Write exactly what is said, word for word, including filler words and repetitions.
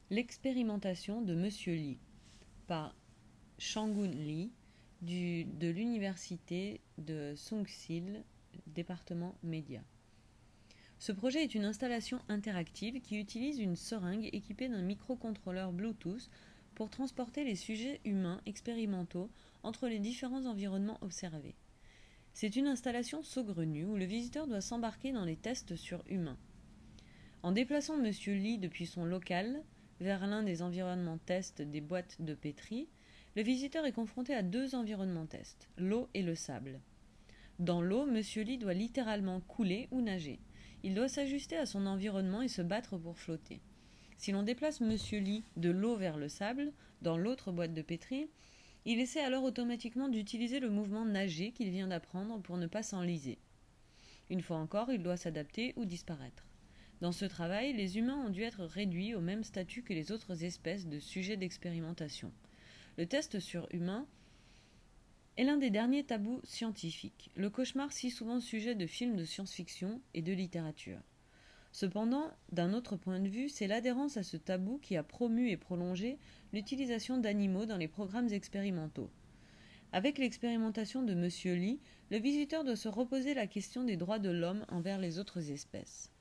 L'expérimentation de Monsieur Lee par Shangun Lee du, de l'université de Sungsil, département média. Ce projet est une installation interactive qui utilise une seringue équipée d'un microcontrôleur Bluetooth pour transporter les sujets humains expérimentaux entre les différents environnements observés. C'est une installation saugrenue où le visiteur doit s'embarquer dans les tests sur humains. En déplaçant Monsieur Lee depuis son local vers l'un des environnements tests des boîtes de pétri, le visiteur est confronté à deux environnements tests, l'eau et le sable. Dans l'eau, Monsieur Lee doit littéralement couler ou nager. Il doit s'ajuster à son environnement et se battre pour flotter. Si l'on déplace Monsieur Lee de l'eau vers le sable, dans l'autre boîte de pétri, il essaie alors automatiquement d'utiliser le mouvement nager qu'il vient d'apprendre pour ne pas s'enliser. Une fois encore, il doit s'adapter ou disparaître. Dans ce travail, les humains ont dû être réduits au même statut que les autres espèces de sujets d'expérimentation. Le test sur humains est l'un des derniers tabous scientifiques, le cauchemar si souvent sujet de films de science-fiction et de littérature. Cependant, d'un autre point de vue, c'est l'adhérence à ce tabou qui a promu et prolongé l'utilisation d'animaux dans les programmes expérimentaux. Avec l'expérimentation de Monsieur Lee, le visiteur doit se reposer la question des droits de l'homme envers les autres espèces.